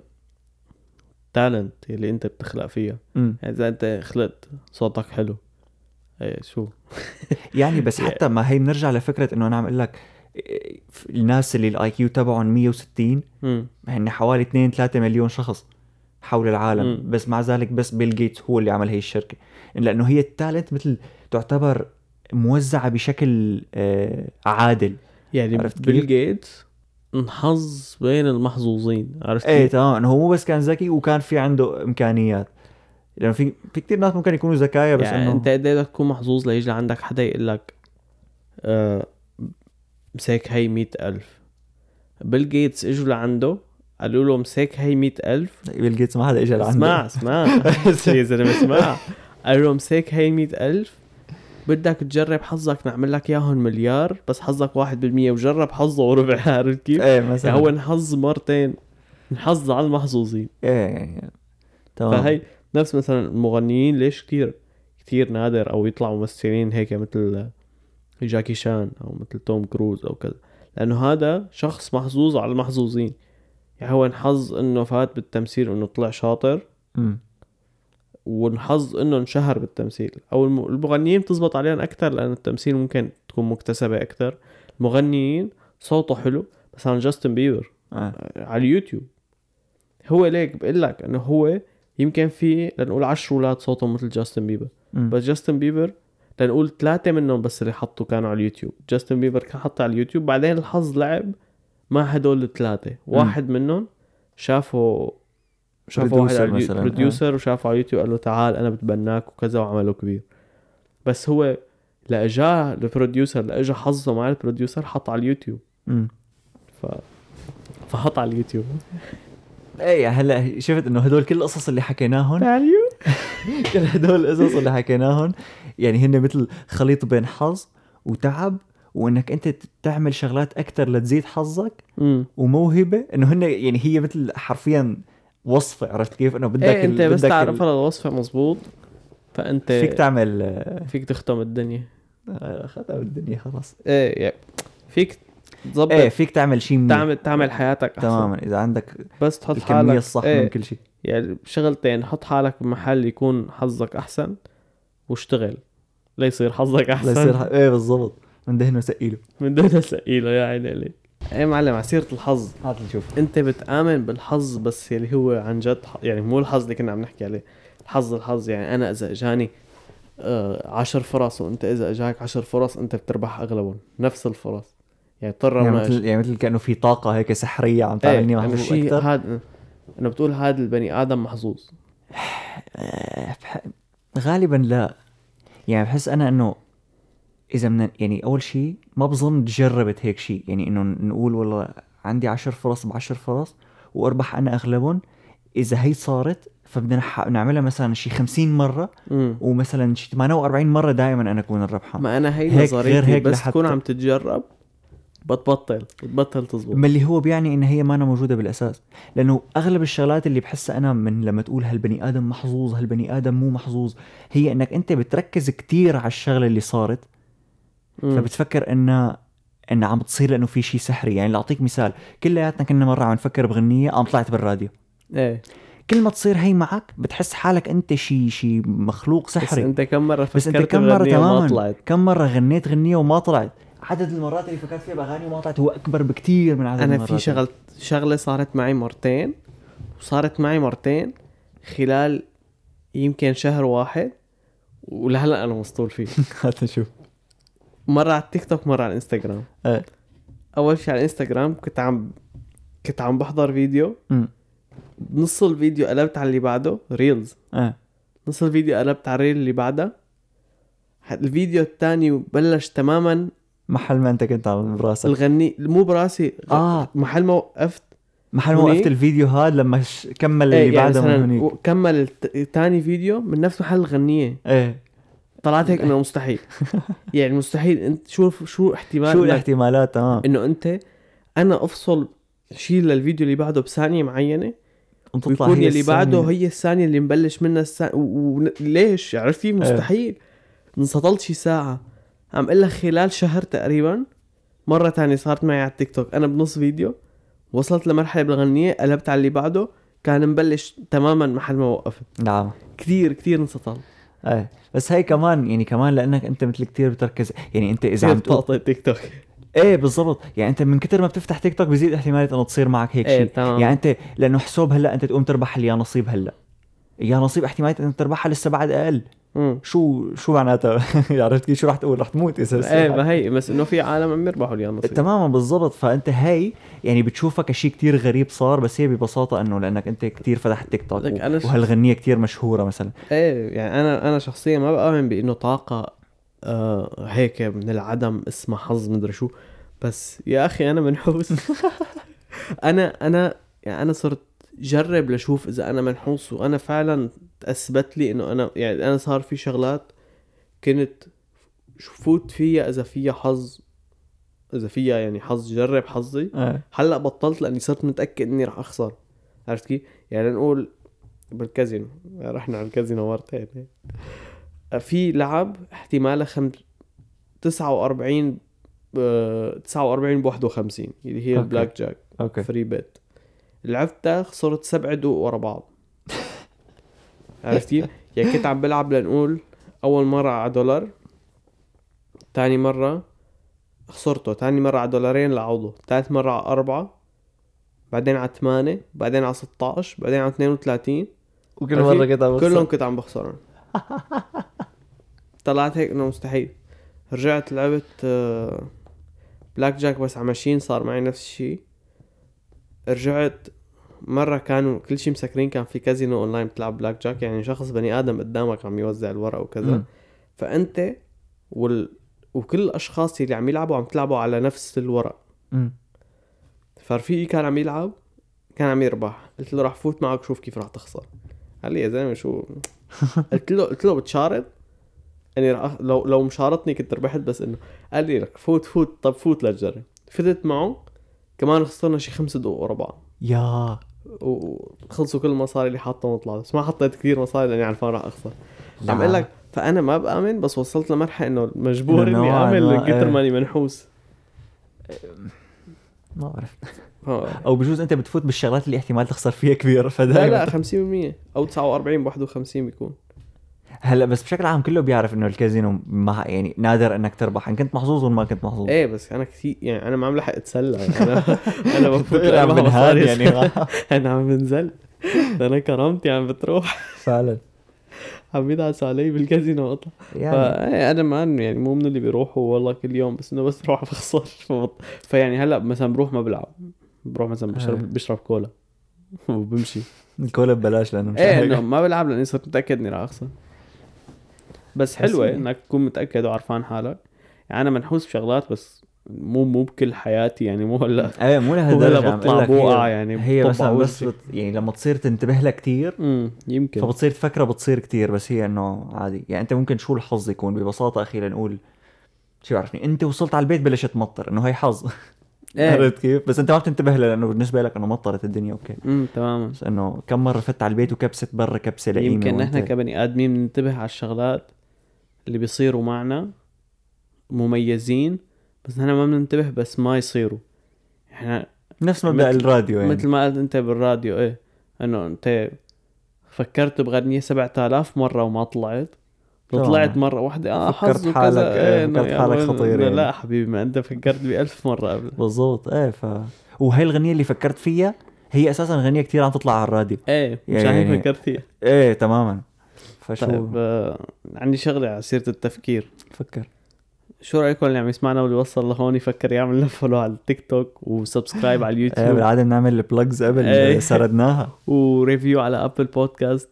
تالنت يلي انت بتخلق فيها. امم يعني اذا انت خلقت صوتك حلو، ايه شو يعني بس حتى ما هي بنرجع لفكره انه انا عم اقول لك إيه، الناس اللي الاي كيو تبعهم مية وستين، امم هن حوالي اثنين ثلاثة مليون شخص حول العالم. مم. بس مع ذلك بس بيل جيتس هو اللي عمل هي الشركة، لأنه هي التالنت مثل تعتبر موزعة بشكل آه عادل. يعني عرفت بيل كيف؟ جيتس انحظ بين المحظوظين، عرفت ايه كيف؟ تمام، انه هو مو بس كان ذكي وكان في عنده امكانيات، لانه في في كثير ناس ممكن يكونوا ذكايا بس يعني انه انت قد ايه بدك تكون محظوظ ليجي عندك حدا يقول لك آه مساك هي مئة ألف. بيل جيتس اجوا لعنده قالوا له مساك هي مئة ألف. بيل جيتس ما حدا اجى لعنده. اسمع اسمع يا زلمة اسمع. قالوا له مساك هي مئة ألف، بدك تجرب حظك نعمل لك اياهم مليار، بس حظك واحد بالمية، وجرب حظه وربع. عارف كيف؟ ايه مثلا يعني هو انحظ مرتين، انحظ على المحظوظين. ايه يعني تمام. فهي نفس مثلا المغنيين، ليش كتير كتير نادر او يطلعوا ممثلين هيك مثل جاكي شان او مثل توم كروز او كذا، لانه هذا شخص محظوظ على المحظوظين. يعني هو انحظ انه فات بالتمثيل وانه طلع شاطر، امم وانحظ انه انشهر بالتمثيل. او الم- المغنيين بتزبط عليهم اكتر لان التمثيل ممكن تكون مكتسبة اكتر. المغنيين صوته حلو، بس عن جاستن بيبر آه. على اليوتيوب، هو ليك بقول لك انه هو يمكن في لنقول عشر اولاد صوتهم مثل جاستن بيبر، مم. بس جاستن بيبر لنقول ثلاثة منهم بس اللي حطوا كانوا على اليوتيوب. جاستن بيبر كان حط على اليوتيوب، بعدين الحظ لعب مع هدول الثلاثة. واحد منهم شافه شافه واحد Producer على مثلاً. بروديوسر وشافه على اليوتيوب قال له تعال انا بتبناك وكذا، وعمله كبير. بس هو لأجاه البروديوسر لأجا حظه مع البروديوسر حط على اليوتيوب. امم ف... فحط على اليوتيوب. ايه هلا شفت انه هدول كل القصص اللي حكيناهم، تعاليو كل هدول القصص اللي حكيناهم يعني هن مثل خليط بين حظ وتعب، وانك انت تعمل شغلات اكتر لتزيد حظك، امم وموهبه. انه هن يعني هي مثل حرفيا وصفه. عرفت كيف؟ انه بدك ايه انت ال... بس بدك تعرف ال... على الوصفة مزبوط، فانت فيك تعمل آه، فيك تختم الدنيا. ختم الدنيا خلاص. ايه يعني فيك تظبط ايه فيك تعمل شيء منيح. تعمل تعمل حياتك احسن. تماما اذا عندك بس تحط الكميه حالك الصح ايه من كل شيء. يعني شغلتين، حط حالك بمحل يكون حظك احسن، واشتغل ليصير حظك لا احسن. يصير ح... ايه بالضبط، من دهنه سقيله. من دون اسئله يا عيني عليك. ايه معلم، على سيرة الحظ، هات نشوف. انت بتآمن بالحظ بس اللي هو عن جد ح- يعني مو الحظ اللي كنا عم نحكي عليه، الحظ الحظ يعني انا اذا اجاني آه عشر فرص وانت اذا اجاك عشر فرص انت بتربح اغلبهم نفس الفرص. يعني اضطر يعني يعني مثل يعني مثل كانه في طاقه هيك سحريه عم تعملني ايه انه محظوظ شيء اكثر. هذا انه بتقول هذا البني ادم محظوظ. آه، بح- غالبا لا. يعني بحس انا انه اذا من يعني اول شيء ما بظن جربت هيك شيء، يعني انه نقول والله عندي عشر فرص بعشر فرص واربح انا اغلبهم. اذا هي صارت فبدنا نح- نعملها مثلا شي خمسين مرة، امم ومثلا شي ثمانية وأربعين مرة دائما انا اكون الربحان. ما انا هي هيك غير نظريتي، هيك بس لحتى- تكون عم تتجرب بتبطل بتبطل تزبط. ما اللي هو بيعني ان هي ما أنا موجودة بالاساس. لانه اغلب الشغلات اللي بحسها انا من لما تقول هالبني ادم محظوظ هالبني ادم مو محظوظ، هي انك انت بتركز كتير على الشغلة اللي صارت، مم. فبتفكر انها انه عم بتصير لانه في شيء سحري. يعني لاعطيك مثال، كلياتنا كنا مره عم نفكر بغنيه قام طلعت بالراديو. ايه كل ما تصير هي معك بتحس حالك انت شيء شيء مخلوق بس سحري. انت كم مرة بس انت فكرت كم مره بغنية وما تماما طلعت؟ كم مره غنيت غنيه وما طلعت. عدد المرات اللي فكرت فيها باغاني وما طلعت هو اكبر بكتير من عدد انا المرات في شغل شغلة صارت معي مرتين، وصارت معي مرتين خلال يمكن شهر واحد، ولهلا انا مسطول فيه. هات نشوف. مرة على التيك توك، مرة على الانستغرام. ايه اول شيء على الانستغرام كنت عم كنت عم بحضر فيديو، امم نص الفيديو قلبت على اللي بعده ريلز، ايه نص الفيديو قلبت على الريل اللي بعده، الفيديو الثاني بلش تماما محل ما انت كنت عم براسك. الغني مو براسي. اه محل ما وقفت محل ما هنيك. وقفت الفيديو هذا لما ش... كمل اللي ايه يعني بعده من مثلا هنيك. و- كمل الثاني فيديو من نفس محل الغنية. ايه طلعت هيك انه مستحيل. يعني مستحيل. انت شوف شو احتمال شو إنك- الاحتمالات؟ تمام. انه انت انا افصل شيء للفيديو اللي بعده بثانية معينة، وتطلع ويكون هي اللي بعده الثانية. هي الثانية اللي مبلش منها الثانية. وليش عرفتي؟ مستحيل. انسطلت شي ساعة. عم قلك خلال شهر تقريبا مرة تانية صارت معي على التيك توك، انا بنص فيديو وصلت لمرحلة بالغنية قلبت على اللي بعده كان مبلش تماما محل ما وقفت. نعم. كثير كثير انسطل. ايه بس هي كمان يعني كمان لانك انت مثل كتير بتركز. يعني انت اذا عم تقول تقطع تيك توك. ايه بالضبط. يعني انت من كتر ما بتفتح تيك توك بيزيد احتماليه انه تصير معك هيك ايه شيء. تمام. يعني انت لانه حسوب هلا انت تقوم تربح يا نصيب، هلا يا نصيب احتماليه انك تربحها لسه بعد اقل. امم شو شو معناتها؟ عرفت كيف؟ شو رح تقول؟ رح تموت اذا ايه ما هي بس انه في عالم عم يربحوا اليوم نصيب. تماما بالضبط. فانت هي يعني بتشوفها كشيء كتير غريب صار، بس هي ببساطه انه لانك انت كتير فتحت تيك توك لك أنا ش- وهالغنيه كتير مشهوره مثلا. ايه يعني انا انا شخصيا ما بآمن بانه طاقة آه هيك من العدم اسمها حظ مدري شو. بس يا اخي انا منحوس. انا انا يعني انا صرت جرب لشوف اذا انا منحوس، وانا فعلا اثبت لي انه انا يعني انا صار في شغلات كنت فوت فيها اذا فيها حظ، اذا فيها يعني حظ جرب حظي. ايه هلا بطلت لاني صرت متاكد اني راح اخسر. عرفت كيف؟ يعني نقول بالكازينو، رحنا على الكازينو مرتين، في لعب احتماله خم... تسعة وأربعين ب... تسعة وأربعين بواحد وخمسين اللي هي أوكي. البلاك جاك اوكي. فري بيت. لعبتها خسرت سبع دقوق ورا بعض. عرفتي؟ يعني كنت عم بلعب لنقول اول مرة على دولار، تاني مرة خسرته، تاني مرة على دولارين لعوضه، ثالث مرة على أربعة، بعدين على ثمانية، بعدين على ستاشر، بعدين على اثنين وثلاثين. وكل مره كنت عم كلهم بخسر. كنت عم بخسرهم. طلعت هيك انه مستحيل. رجعت لعبت آه، بلاك جاك بس على ماشين، صار معي نفس الشيء. رجعت مرة كانوا كل شيء مسكرين، كان في كازينو اونلاين بتلعب بلاك جاك، يعني شخص بني ادم قدامك عم يوزع الورق وكذا. مم. فانت وال... وكل الاشخاص اللي عم يلعبوا عم تلعبوا على نفس الورق. مم. فرفيقي كان عم يلعب كان عم يربح، قلت له راح فوت معك شوف كيف راح تخسر. قال لي يا زلمه شو؟ قلت له قلت له بتشارط اني راح أخ... لو لو مشارطني كنت ربحت، بس انه قال لي لك فوت فوت طب فوت لتجرب. فتت معه كمان، خسرنا شي خمس دقوق ورا بعض يا وخلصوا كل المصاري اللي حاطهم وطلعوا. بس ما حطيت كثير مصاري لاني عارفان راح اخسر. لا. عم اقول لك فانا ما بامن، بس وصلت لمرحله انه مجبور إنه اني نوعاً اعمل ما، من كثر إيه. ماني منحوس. ما بعرف. ها. او بجوز انت بتفوت بالشغلات اللي احتمال تخسر فيها كبير لا فدائما. لا خمسين بالمية او تسعة وأربعين بواحد وخمسين بيكون. هلا بس بشكل عام كله بيعرف انه الكازينو ما يعني نادر انك تربح ان كنت محظوظ ولا ما كنت محظوظ. ايه بس انا كثير يعني انا ما عم لحق اتسلى. يعني انا انا بفوت عم أربع بنهان مصاري يعني. انا عم بنزل. انا كرامتي عم بتروح. فعلا عم يدعسوا علي بالكازينو واطلع. يعني. فانا ما يعني مو من اللي بيروحوا والله كل يوم، بس انه بس بروح بخسر. فبط... فيعني هلا مثلا بروح ما بلعب، بروح مثلا بشرب بشرب كولا وبمشي. الكولا ببلاش لانه مش ايه هيك. انه ما بلعب لاني صرت متاكد اني راح اخسر. بس حلوه انك تكون متاكد وعارفان حالك. يعني انا منحوس بشغلات بس مو مو بكل حياتي، يعني مو هلا ايه مو ولا لهالدرجه عم بطلع أقول لك. بوقع هي يعني هي بطبع مثلا بس وجهي. بت يعني لما تصير تنتبه لها كتير امم يمكن فبتصير تفكرها بتصير كتير. بس هي انه عادي. يعني انت ممكن شو الحظ يكون ببساطه اخي لنقول شو بعرفني انت وصلت على البيت بلشت تمطر انه هي حظ. ايه عرفت كيف؟ بس انت ما بتنتبه لها لانه بالنسبه لك انه مطرت الدنيا اوكي. امم تماما. بس انه كم مره فت على البيت وكبست برا كبسه لئيمه. يمكن وانت- نحن كبني ادمين بننتبه على الشغلات اللي بيصيروا معنا مميزين، بس نحن ما بننتبه بس ما يصيروا. احنا نفس مبدأ مثل- الراديو يعني. مثل ما قلت انت بالراديو، ايه انه انت فكرت بغنية سبعة آلاف مرة وما طلعت، تمام. طلعت مرة واحدة اه فكرت حظ حالك- وكذا، إيه، ايه إنه فكرت حالك يلا، خطير إنه يعني. لا حبيبي ما انت فكرت بألف مرة قبل. بالضبط. ايه ف وهي الغنية اللي فكرت فيها هي اساسا غنية كتير عم تطلع على الراديو. ايه مشان هيك يعني- فكرت فيها. ايه تماما. فشو طيب آه عندي شغلة على سيرة التفكير. فكر. شو رأيكم اللي عم يسمعنا واللي وصل لهون يفكر يعمل له فولو على التيك توك وسبسكرايب على ايه اليوتيوب بالعادة بنعمل البلجز قبل إيه. سردناها. وريفيو على ابل بودكاست.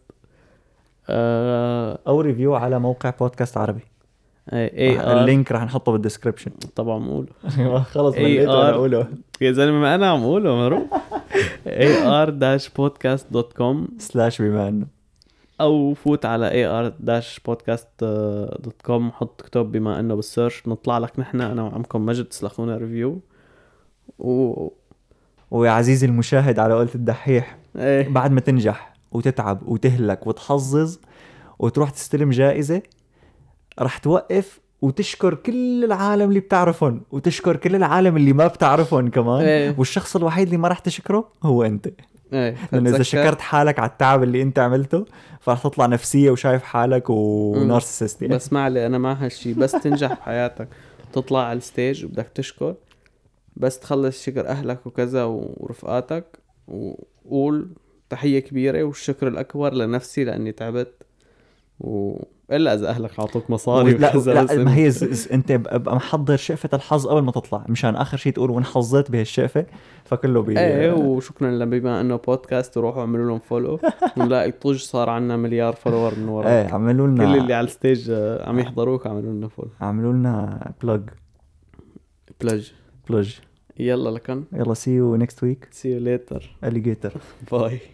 آه او ريفيو على موقع بودكاست عربي. اي رح- ار اللينك رح نحطه بالدسكربشن. طبعا بقوله. خلص إيه مليت وانا آر. اقوله. يا زلمه ما انا عم اقوله مروح. اي ار داش بودكاست دوت كوم سلاش بما انه او فوت على اي ار داش بودكاست دوت كوم، حط كتاب بما انه بالسيرش نطلع لك نحن انا وعمكم مجد تسلخونا ريفيو. و ويا عزيزي المشاهد على قولة الدحيح، ايه بعد ما تنجح وتتعب وتهلك وتحظظ وتروح تستلم جائزة، رح توقف وتشكر كل العالم اللي بتعرفهم وتشكر كل العالم اللي ما بتعرفهم كمان. ايه والشخص الوحيد اللي ما رح تشكره هو انت. ايه لانه اذا فتذكر- شكرت حالك على التعب اللي انت عملته فرح تطلع نفسية وشايف حالك ونارسيسست يعني. بس ما علي انا مع هالشي. بس تنجح بحياتك تطلع على الستيج وبدك تشكر، بس تخلص شكر اهلك وكذا ورفقاتك وقول تحية كبيرة والشكر الاكبر لنفسي لاني تعبت، و الا اذا اهلك عطوك مصاري لا, وكذا. بس لا ما إنه- هي ز- ز- انت ابقى محضر شقفة الحظ قبل ما تطلع مشان اخر شيء تقول وان حظيت بهالشقفة فكله بي ايه. وشكرا لهم بما انه بودكاست، وروحوا اعملوا لهم فولو ونلاقي طج صار عنا مليار فولور من وراك. ايه عملوا كل لنا اللي على الستيج آه، عم يحضروك عملوا لنا فولو. عملوا لنا بلج بلج. بلج. يلا لكن يلا see you next week see you later. alligator. باي.